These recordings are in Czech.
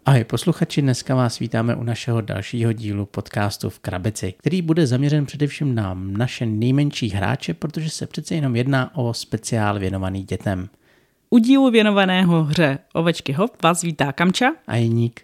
Ahoj posluchači, dneska vás vítáme u našeho dalšího dílu podcastu v krabici, který bude zaměřen především na naše nejmenší hráče, protože se přece jenom jedná o speciál věnovaný dětem. U dílu věnovaného hře Ovečky Hop vás vítá Kamča a Jeník.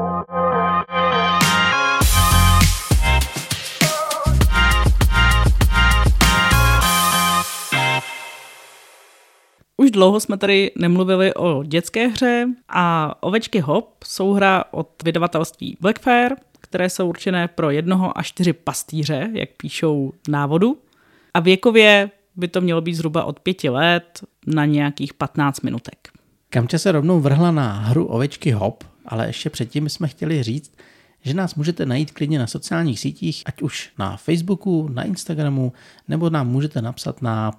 Už dlouho jsme tady nemluvili o dětské hře a Ovečky Hop jsou hra od vydavatelství Blackfire, které jsou určené pro 1 až 4 pastýře, jak píšou v návodu. A věkově by to mělo být zhruba od 5 let na nějakých 15 minutek. Kamča se rovnou vrhla na hru Ovečky Hop, ale ještě předtím jsme chtěli říct, že nás můžete najít klidně na sociálních sítích, ať už na Facebooku, na Instagramu, nebo nám můžete napsat na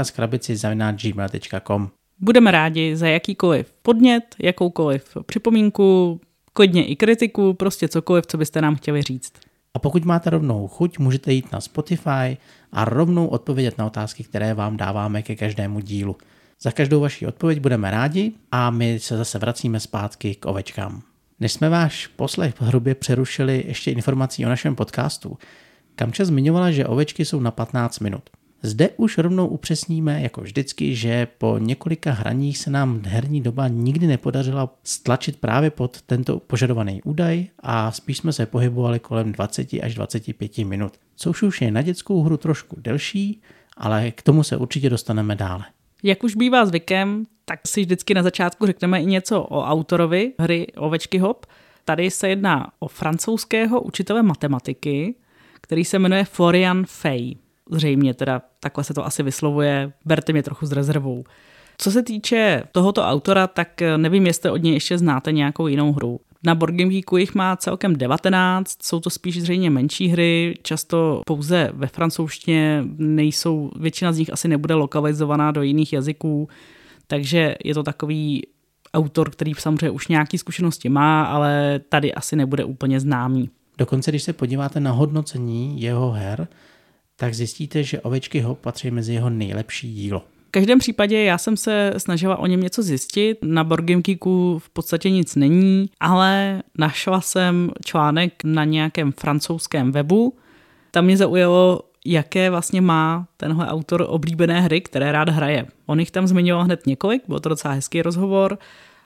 podcastkrabici@gmail.com. Budeme rádi za jakýkoliv podnět, jakoukoliv připomínku, klidně i kritiku, prostě cokoliv, co byste nám chtěli říct. A pokud máte rovnou chuť, můžete jít na Spotify a rovnou odpovědět na otázky, které vám dáváme ke každému dílu. Za každou vaši odpověď budeme rádi a my se zase vracíme zpátky k ovečkám. Než jsme váš poslech hrubě přerušili ještě informací o našem podcastu, Kamča zmiňovala, že ovečky jsou na 15 minut. Zde už rovnou upřesníme, jako vždycky, že po několika hraních se nám herní doba nikdy nepodařila stlačit právě pod tento požadovaný údaj a spíš jsme se pohybovali kolem 20 až 25 minut, což už je na dětskou hru trošku delší, ale k tomu se určitě dostaneme dále. Jak už bývá zvykem, tak si vždycky na začátku řekneme i něco o autorovi hry Ovečky Hop. Tady se jedná o francouzského učitele matematiky, který se jmenuje Florian Fay. Zřejmě teda takhle se to asi vyslovuje, berte mě trochu s rezervou. Co se týče tohoto autora, tak nevím, jestli od něj ještě znáte nějakou jinou hru. Na Board Game Geeku jich má celkem 19, jsou to spíš zřejmě menší hry, často pouze ve francouzštině, většina z nich asi nebude lokalizovaná do jiných jazyků, takže je to takový autor, který samozřejmě už nějaké zkušenosti má, ale tady asi nebude úplně známý. Dokonce, když se podíváte na hodnocení jeho her, tak zjistíte, že Ovečky Hop patří mezi jeho nejlepší dílo. V každém případě já jsem se snažila o něm něco zjistit, na Board Game Geeku v podstatě nic není, ale našla jsem článek na nějakém francouzském webu. Tam mě zaujalo, jaké vlastně má tenhle autor oblíbené hry, které rád hraje. On jich tam zmiňoval hned několik, byl to docela hezký rozhovor.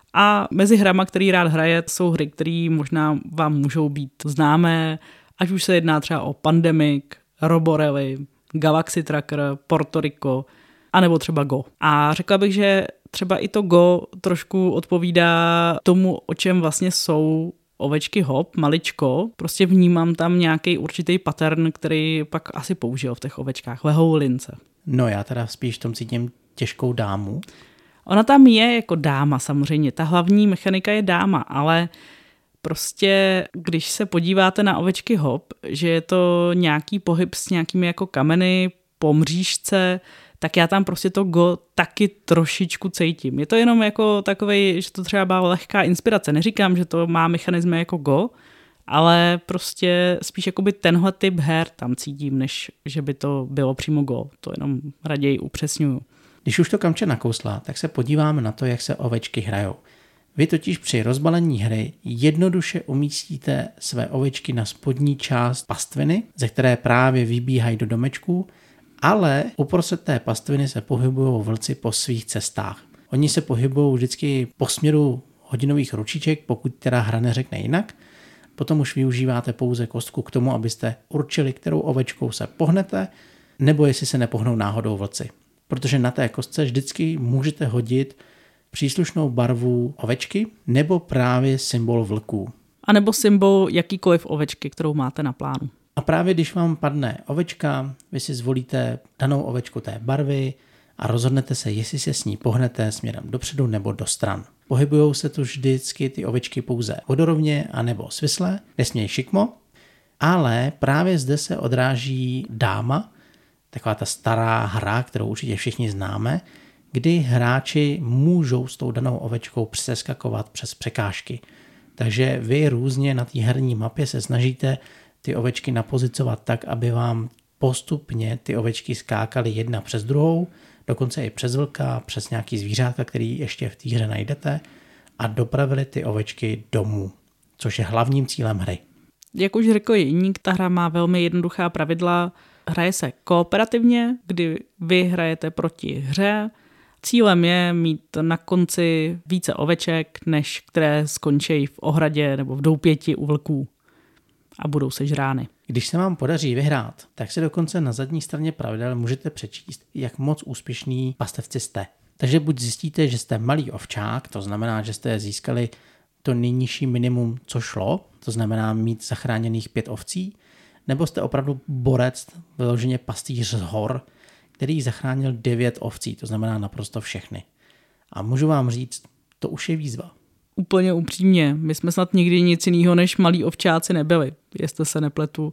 A mezi hrama, který rád hraje, jsou hry, které možná vám můžou být známé, ať už se jedná třeba o Pandemic, Roborelli, Galaxy Tracker, Porto Rico, anebo třeba Go. A řekla bych, že třeba i to Go trošku odpovídá tomu, o čem vlastně jsou Ovečky Hop, maličko. Prostě vnímám tam nějaký určitý pattern, který pak asi použil v těch ovečkách. Lehou lince. No já teda spíš v tom cítím těžkou dámu. Ona tam je jako dáma samozřejmě. Ta hlavní mechanika je dáma, ale prostě, když se podíváte na Ovečky Hop, že je to nějaký pohyb s nějakými jako kameny po mřížce, tak já tam prostě to Go taky trošičku cítím. Je to jenom jako takovej, že to třeba byla lehká inspirace. Neříkám, že to má mechanismy jako Go, ale prostě spíš jakoby tenhle typ her tam cítím, než že by to bylo přímo Go. To jenom raději upřesňuju. Když už to Kamče nakousla, tak se podíváme na to, jak se ovečky hrajou. Vy totiž při rozbalení hry jednoduše umístíte své ovečky na spodní část pastviny, ze které právě vybíhají do domečků, ale uprostřed té pastviny se pohybují vlci po svých cestách. Oni se pohybují vždycky po směru hodinových ručiček, pokud teda hra neřekne jinak. Potom už využíváte pouze kostku k tomu, abyste určili, kterou ovečkou se pohnete, nebo jestli se nepohnou náhodou vlci. Protože na té kostce vždycky můžete hodit příslušnou barvu ovečky nebo právě symbol vlků. A nebo symbol jakýkoliv ovečky, kterou máte na plánu. A právě když vám padne ovečka, vy si zvolíte danou ovečku té barvy a rozhodnete se, jestli se s ní pohnete směrem dopředu nebo do stran. Pohybujou se tu vždycky ty ovečky pouze vodorovně anebo svisle, nesmějí šikmo, ale právě zde se odráží dáma, taková ta stará hra, kterou určitě všichni známe, kdy hráči můžou s tou danou ovečkou přeskakovat přes překážky. Takže vy různě na té herní mapě se snažíte ty ovečky napozicovat tak, aby vám postupně ty ovečky skákaly jedna přes druhou, dokonce i přes vlka, přes nějaký zvířátka, který ještě v té hře najdete, a dopravili ty ovečky domů. což je hlavním cílem hry. Jak už řekl Jiník, ta hra má velmi jednoduchá pravidla. Hraje se kooperativně, kdy vy hrajete proti hře. Cílem je mít na konci více oveček, než které skončí v ohradě nebo v doupěti u vlků a budou sežrány. Když se vám podaří vyhrát, tak si dokonce na zadní straně pravidel můžete přečíst, jak moc úspěšný pastevci jste. Takže buď zjistíte, že jste malý ovčák, to znamená, že jste získali to nejnižší minimum, co šlo, to znamená mít zachráněných 5 ovcí, nebo jste opravdu borec, vyloženě pastýř z hor, který zachránil 9 ovcí, to znamená naprosto všechny. A můžu vám říct, to už je výzva. Úplně upřímně, my jsme snad nikdy nic jiného než malí ovčáci nebyli, jestli se nepletu.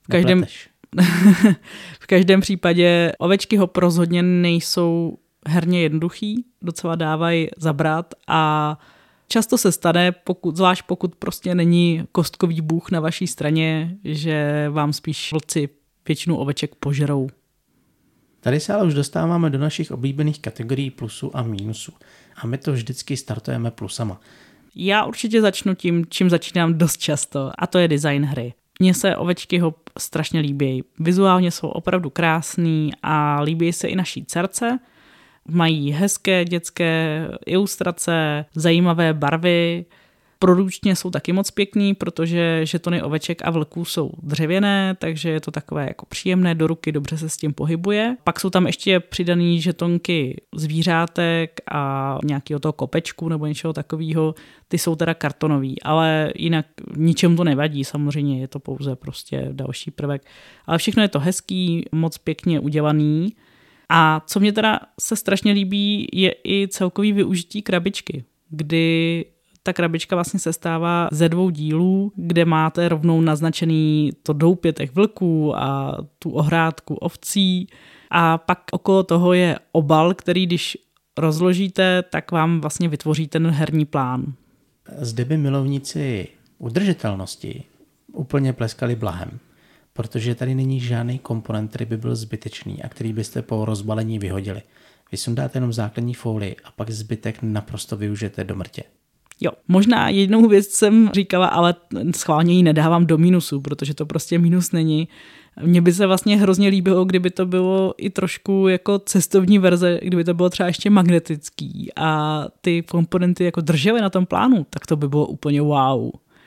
V každém případě ovečky hop rozhodně nejsou herně jednoduchý, docela dávají zabrat a často se stane, zvlášť pokud prostě není kostkový bůh na vaší straně, že vám spíš vlci většinu oveček požerou. Tady se ale už dostáváme do našich oblíbených kategorií plusů a mínusů. A my to vždycky startujeme plusama. Já určitě začnu tím, čím začínám dost často, a to je design hry. Mně se ovečky hop strašně líbí. Vizuálně jsou opravdu krásný a líbí se i naší dcerce. Mají hezké dětské ilustrace, zajímavé barvy. Produkčně jsou taky moc pěkný, protože žetony oveček a vlků jsou dřevěné, takže je to takové jako příjemné do ruky, dobře se s tím pohybuje. Pak jsou tam ještě přidaný žetonky zvířátek a nějakého toho kopečku nebo něčeho takového. Ty jsou teda kartonový, ale jinak ničemu to nevadí, samozřejmě je to pouze prostě další prvek. Ale všechno je to hezký, moc pěkně udělaný. A co mě teda se strašně líbí, je i celkový využití krabičky, kdy ta krabička vlastně sestává ze 2 dílů, kde máte rovnou naznačený to doupě těch vlků a tu ohrádku ovcí a pak okolo toho je obal, který když rozložíte, tak vám vlastně vytvoří ten herní plán. Zde by milovníci udržitelnosti úplně pleskali blahem, protože tady není žádný komponent, který by byl zbytečný a který byste po rozbalení vyhodili. Vy sundáte jenom základní folii a pak zbytek naprosto využijete do mrtě. Jo, možná jednou věc jsem říkala, ale schválně ji nedávám do mínusu, protože to prostě mínus není. Mně by se vlastně hrozně líbilo, kdyby to bylo i trošku jako cestovní verze, kdyby to bylo třeba ještě magnetický a ty komponenty jako držely na tom plánu, tak to by bylo úplně wow.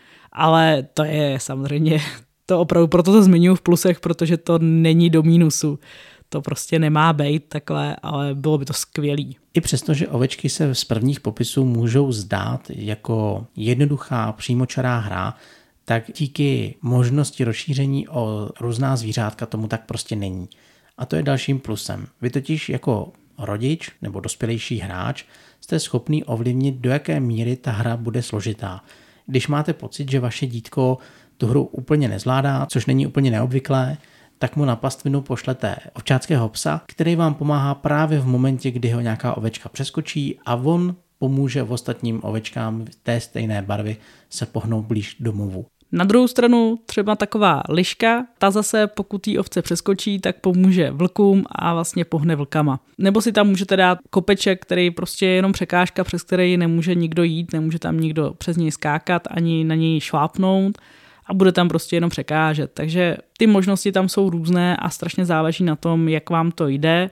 Ale to je samozřejmě, to opravdu proto to zmiňuji v plusech, protože to není do mínusu. To prostě nemá být takhle, ale bylo by to skvělý. I přesto, že ovečky se z prvních popisů můžou zdát jako jednoduchá přímočará hra, tak díky možnosti rozšíření o různá zvířátka tomu tak prostě není. A to je dalším plusem. Vy totiž jako rodič nebo dospělejší hráč jste schopný ovlivnit, do jaké míry ta hra bude složitá. Když máte pocit, že vaše dítko tu hru úplně nezvládá, což není úplně neobvyklé, tak mu na pastvinu pošlete ovčáckého psa, který vám pomáhá právě v momentě, kdy ho nějaká ovečka přeskočí a on pomůže ostatním ovečkám té stejné barvy se pohnout blíž domovu. Na druhou stranu třeba taková liška, ta zase pokud jí ovce přeskočí, tak pomůže vlkům a vlastně pohne vlkama. Nebo si tam můžete dát kopeček, který prostě je jenom překážka, přes který nemůže nikdo jít, nemůže tam nikdo přes něj skákat ani na něj šlápnout a bude tam prostě jenom překážet. Takže ty možnosti tam jsou různé a strašně záleží na tom, jak vám to jde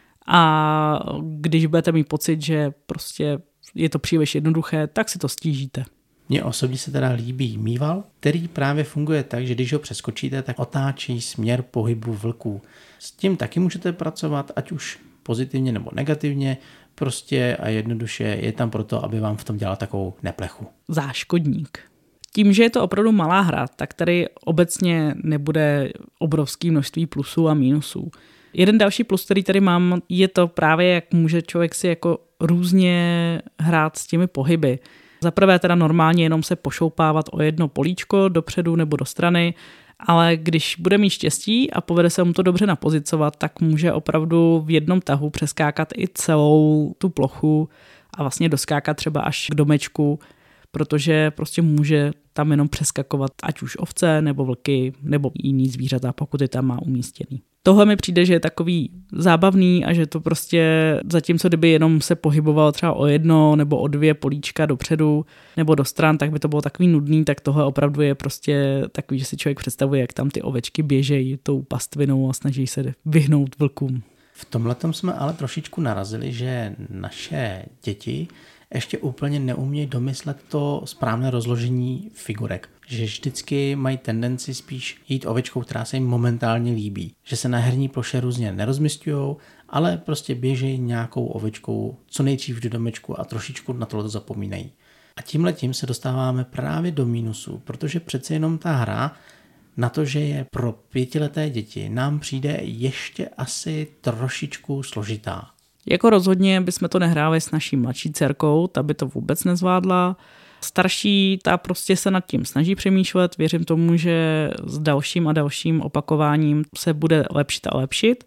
a když budete mít pocit, že prostě je to příliš jednoduché, tak si to stížíte. Mně osobně se teda líbí mýval, který právě funguje tak, že když ho přeskočíte, tak otáčí směr pohybu vlků. S tím taky můžete pracovat, ať už pozitivně nebo negativně, prostě a jednoduše je tam proto, aby vám v tom dělal takovou neplechu. Záškodník. Tím, že je to opravdu malá hra, tak tady obecně nebude obrovské množství plusů a mínusů. Jeden další plus, který tady mám, je to právě, jak může člověk si jako různě hrát s těmi pohyby. Za prvé teda normálně jenom se pošoupávat o jedno políčko dopředu nebo do strany, ale když bude mít štěstí a povede se mu to dobře napozicovat, tak může opravdu v jednom tahu přeskákat i celou tu plochu a vlastně doskákat třeba až k domečku, protože prostě může tam jenom přeskakovat ať už ovce nebo vlky nebo jiný zvířata, pokud je tam má umístěný. Tohle mi přijde, že je takový zábavný a že to prostě zatímco kdyby jenom se pohybovalo třeba o 1 nebo o 2 políčka dopředu nebo do stran, tak by to bylo takový nudný, tak tohle opravdu je prostě takový, že si člověk představuje, jak tam ty ovečky běžejí tou pastvinou a snaží se vyhnout vlkům. V tomhletom jsme ale trošičku narazili, že naše děti ještě úplně neumějí domyslet to správné rozložení figurek. Že vždycky mají tendenci spíš jít ovečkou, která se jim momentálně líbí. Že se na herní ploše různě nerozmisťujou, ale prostě běžejí nějakou ovečkou co nejdřív do domečku a trošičku na tohle zapomínají. A tímhletím se dostáváme právě do mínusu, protože přece jenom ta hra na to, že je pro 5leté děti, nám přijde ještě asi trošičku složitá. Jako rozhodně bychom to nehráli s naší mladší dcerkou, ta by to vůbec nezvládla. Starší, ta prostě se nad tím snaží přemýšlet, věřím tomu, že s dalším a dalším opakováním se bude lepšit a lepšit,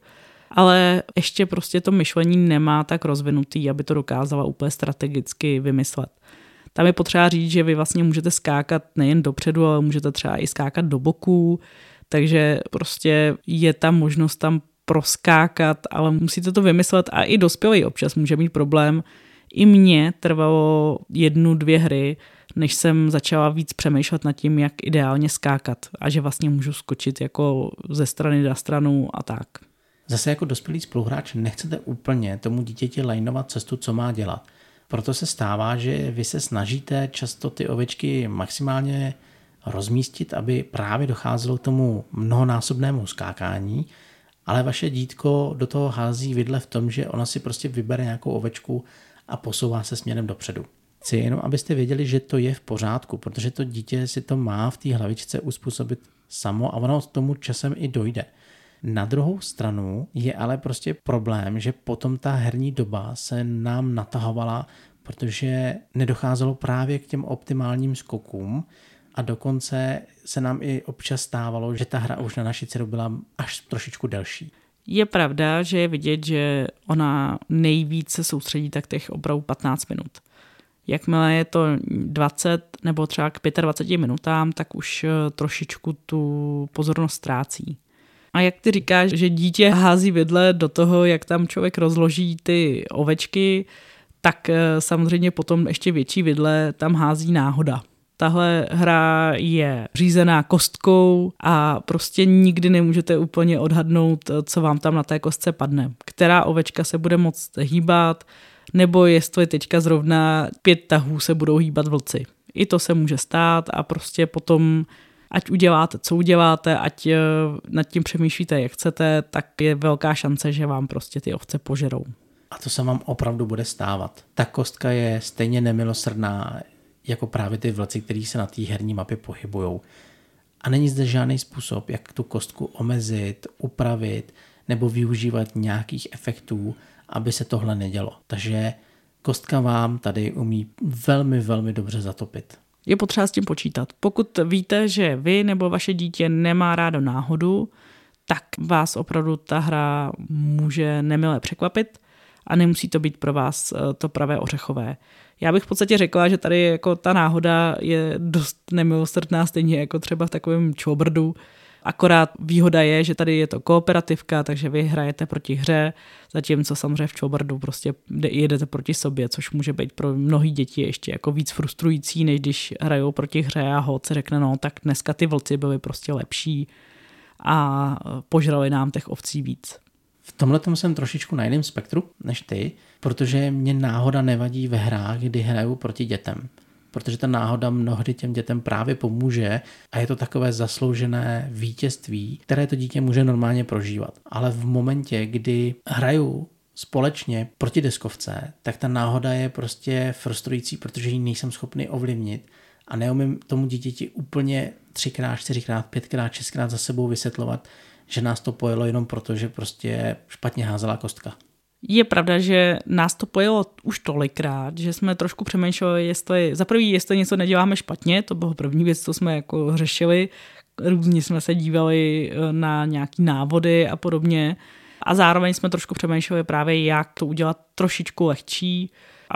ale ještě prostě to myšlení nemá tak rozvinutý, aby to dokázala úplně strategicky vymyslet. Tam je potřeba říct, že vy vlastně můžete skákat nejen dopředu, ale můžete třeba i skákat do boků, takže prostě je tam možnost tam proskákat, ale musíte to vymyslet a i dospělý občas může mít problém. I mně trvalo 1-2 hry, než jsem začala víc přemýšlet nad tím, jak ideálně skákat a že vlastně můžu skočit jako ze strany na stranu a tak. Zase jako dospělý spoluhráč nechcete úplně tomu dítěti lajnovat cestu, co má dělat. Proto se stává, že vy se snažíte často ty ovečky maximálně rozmístit, aby právě docházelo k tomu mnohonásobnému skákání, ale vaše dítko do toho hází vidle v tom, že ona si prostě vybere nějakou ovečku a posouvá se směrem dopředu. Chci jenom, abyste věděli, že to je v pořádku, protože to dítě si to má v té hlavičce uspůsobit samo a ono k tomu časem i dojde. Na druhou stranu je ale prostě problém, že potom ta herní doba se nám natahovala, protože nedocházelo právě k těm optimálním skokům a dokonce se nám i občas stávalo, že ta hra už na naši dceru byla až trošičku delší. Je pravda, že je vidět, že ona nejvíc se soustředí tak těch opravdu 15 minut. Jakmile je to 20 nebo třeba k 25 minutám, tak už trošičku tu pozornost ztrácí. A jak ty říkáš, že dítě hází vidle do toho, jak tam člověk rozloží ty ovečky, tak samozřejmě potom ještě větší vidle tam hází náhoda. Tahle hra je řízená kostkou a prostě nikdy nemůžete úplně odhadnout, co vám tam na té kostce padne. Která ovečka se bude moct hýbat, nebo jestli teďka zrovna 5 tahů se budou hýbat vlci. I to se může stát a prostě potom, ať uděláte, co uděláte, ať nad tím přemýšlíte, jak chcete, tak je velká šance, že vám prostě ty ovce požerou. A to se vám opravdu bude stávat. Ta kostka je stejně nemilosrdná jako právě ty vlci, který se na té herní mapě pohybujou. A není zde žádný způsob, jak tu kostku omezit, upravit nebo využívat nějakých efektů, aby se tohle nedělo. Takže kostka vám tady umí velmi, velmi dobře zatopit. Je potřeba s tím počítat. Pokud víte, že vy nebo vaše dítě nemá rádo náhodu, tak vás opravdu ta hra může nemile překvapit a nemusí to být pro vás to pravé ořechové. Já bych v podstatě řekla, že tady jako ta náhoda je dost nemilosrdná, stejně jako třeba v takovém čobrdu. Akorát výhoda je, že tady je to kooperativka, takže vy hrajete proti hře, zatímco samozřejmě v čobrdu prostě jedete proti sobě, což může být pro mnohé děti ještě jako víc frustrující, než když hrajou proti hře a holt se řekne, no tak dneska ty vlci byly prostě lepší a požrali nám těch ovcí víc. V tomhletom jsem trošičku na jiném spektru než ty, protože mě náhoda nevadí ve hrách, kdy hraju proti dětem. Protože ta náhoda mnohdy těm dětem právě pomůže a je to takové zasloužené vítězství, které to dítě může normálně prožívat. Ale v momentě, kdy hraju společně proti deskovce, tak ta náhoda je prostě frustrující, protože ji nejsem schopný ovlivnit a neumím tomu dítěti úplně 3x, 4x, 5x, 6x za sebou vysvětlovat, že nás to pojelo jenom proto, že prostě špatně házela kostka. Je pravda, že nás to pojelo už tolikrát, že jsme trošku přemýšleli, jestli něco neděláme špatně, to bylo první věc, co jsme jako řešili, různě jsme se dívali na nějaký návody a podobně a zároveň jsme trošku přemýšleli právě, jak to udělat trošičku lehčí,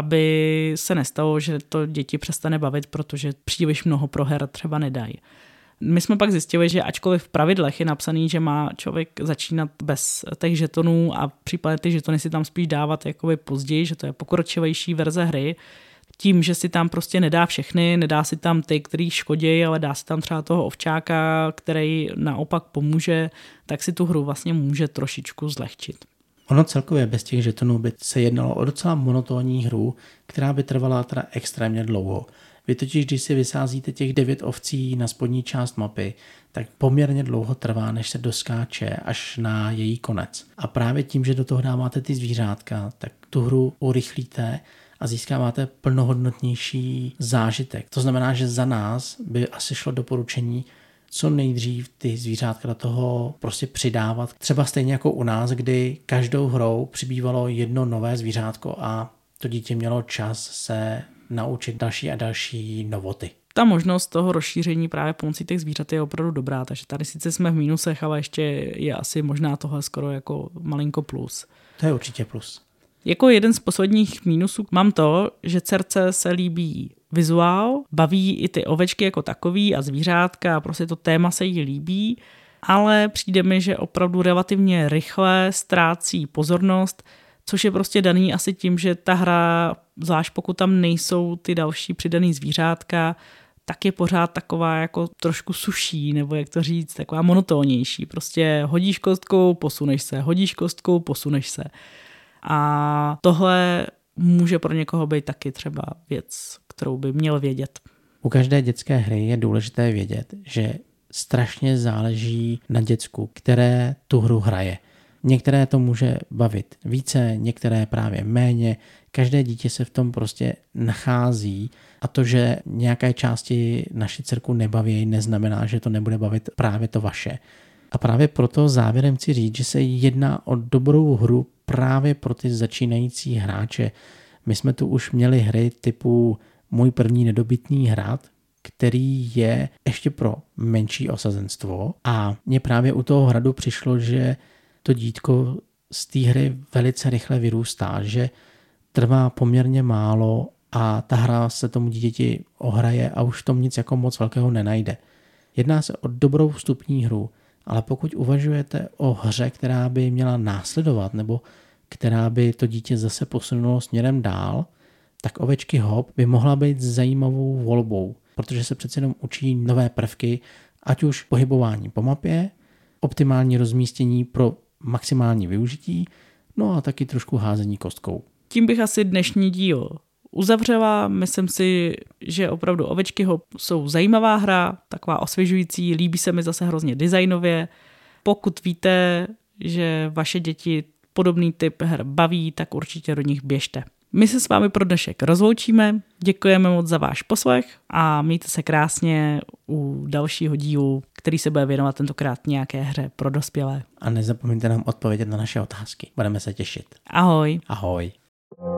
aby se nestalo, že to děti přestane bavit, protože příliš mnoho proher třeba nedají. My jsme pak zjistili, že ačkoliv v pravidlech je napsaný, že má člověk začínat bez těch žetonů a případně ty žetony si tam spíš dávat jakoby později, že to je pokročilejší verze hry, tím, že si tam prostě nedá všechny, nedá si tam ty, který škodí, ale dá si tam třeba toho ovčáka, který naopak pomůže, tak si tu hru vlastně může trošičku zlehčit. Ono celkově bez těch žetonů by se jednalo o docela monotónní hru, která by trvala teda extrémně dlouho. Vy totiž, když si vysázíte těch 9 ovcí na spodní část mapy, tak poměrně dlouho trvá, než se doskáče až na její konec. A právě tím, že do toho dáváte ty zvířátka, tak tu hru urychlíte a získáváte plnohodnotnější zážitek. To znamená, že za nás by asi šlo doporučení co nejdřív ty zvířátka do toho prostě přidávat. Třeba stejně jako u nás, kdy každou hrou přibývalo jedno nové zvířátko a to dítě mělo čas se naučit další a další novoty. Ta možnost toho rozšíření právě pomocí těch zvířat je opravdu dobrá, takže tady sice jsme v mínusech, ale ještě je asi možná tohle skoro jako malinko plus. To je určitě plus. Jako jeden z posledních mínusů mám to, že dcerce se líbí vizuál, baví i ty ovečky jako takový a zvířátka a prostě to téma se jí líbí, ale přijde mi, že opravdu relativně rychle ztrácí pozornost, což je prostě daný asi tím, že ta hra, zvlášť pokud tam nejsou ty další přidaný zvířátka, tak je pořád taková jako trošku suší, nebo jak to říct, taková monotónnější. Prostě hodíš kostkou, posuneš se, hodíš kostkou, posuneš se. A tohle může pro někoho být taky třeba věc, kterou by měl vědět. U každé dětské hry je důležité vědět, že strašně záleží na děcku, které tu hru hraje. Některé to může bavit více, některé právě méně. Každé dítě se v tom prostě nachází a to, že nějaké části naši dcerku nebaví, neznamená, že to nebude bavit právě to vaše. A právě proto závěrem chci říct, že se jedná o dobrou hru právě pro ty začínající hráče. My jsme tu už měli hry typu Můj první nedobytný hrad, který je ještě pro menší osazenstvo a mně právě u toho hradu přišlo, že to dítko z té hry velice rychle vyrůstá, že trvá poměrně málo a ta hra se tomu dítěti ohraje a už v tom nic jako moc velkého nenajde. Jedná se o dobrou vstupní hru, ale pokud uvažujete o hře, která by měla následovat nebo která by to dítě zase posunulo směrem dál, tak Ovečky Hop by mohla být zajímavou volbou, protože se přece jenom učí nové prvky, ať už pohybování po mapě, optimální rozmístění pro maximální využití, no a taky trošku házení kostkou. Tím bych asi dnešní díl uzavřela. Myslím si, že opravdu Ovečky Hop jsou zajímavá hra, taková osvěžující, líbí se mi zase hrozně designově. Pokud víte, že vaše děti podobný typ her baví, tak určitě do nich běžte. My se s vámi pro dnešek rozloučíme, děkujeme moc za váš poslech a mějte se krásně u dalšího dílu, který se bude věnovat tentokrát nějaké hře pro dospělé. A nezapomeňte nám odpovědět na naše otázky, budeme se těšit. Ahoj. Ahoj.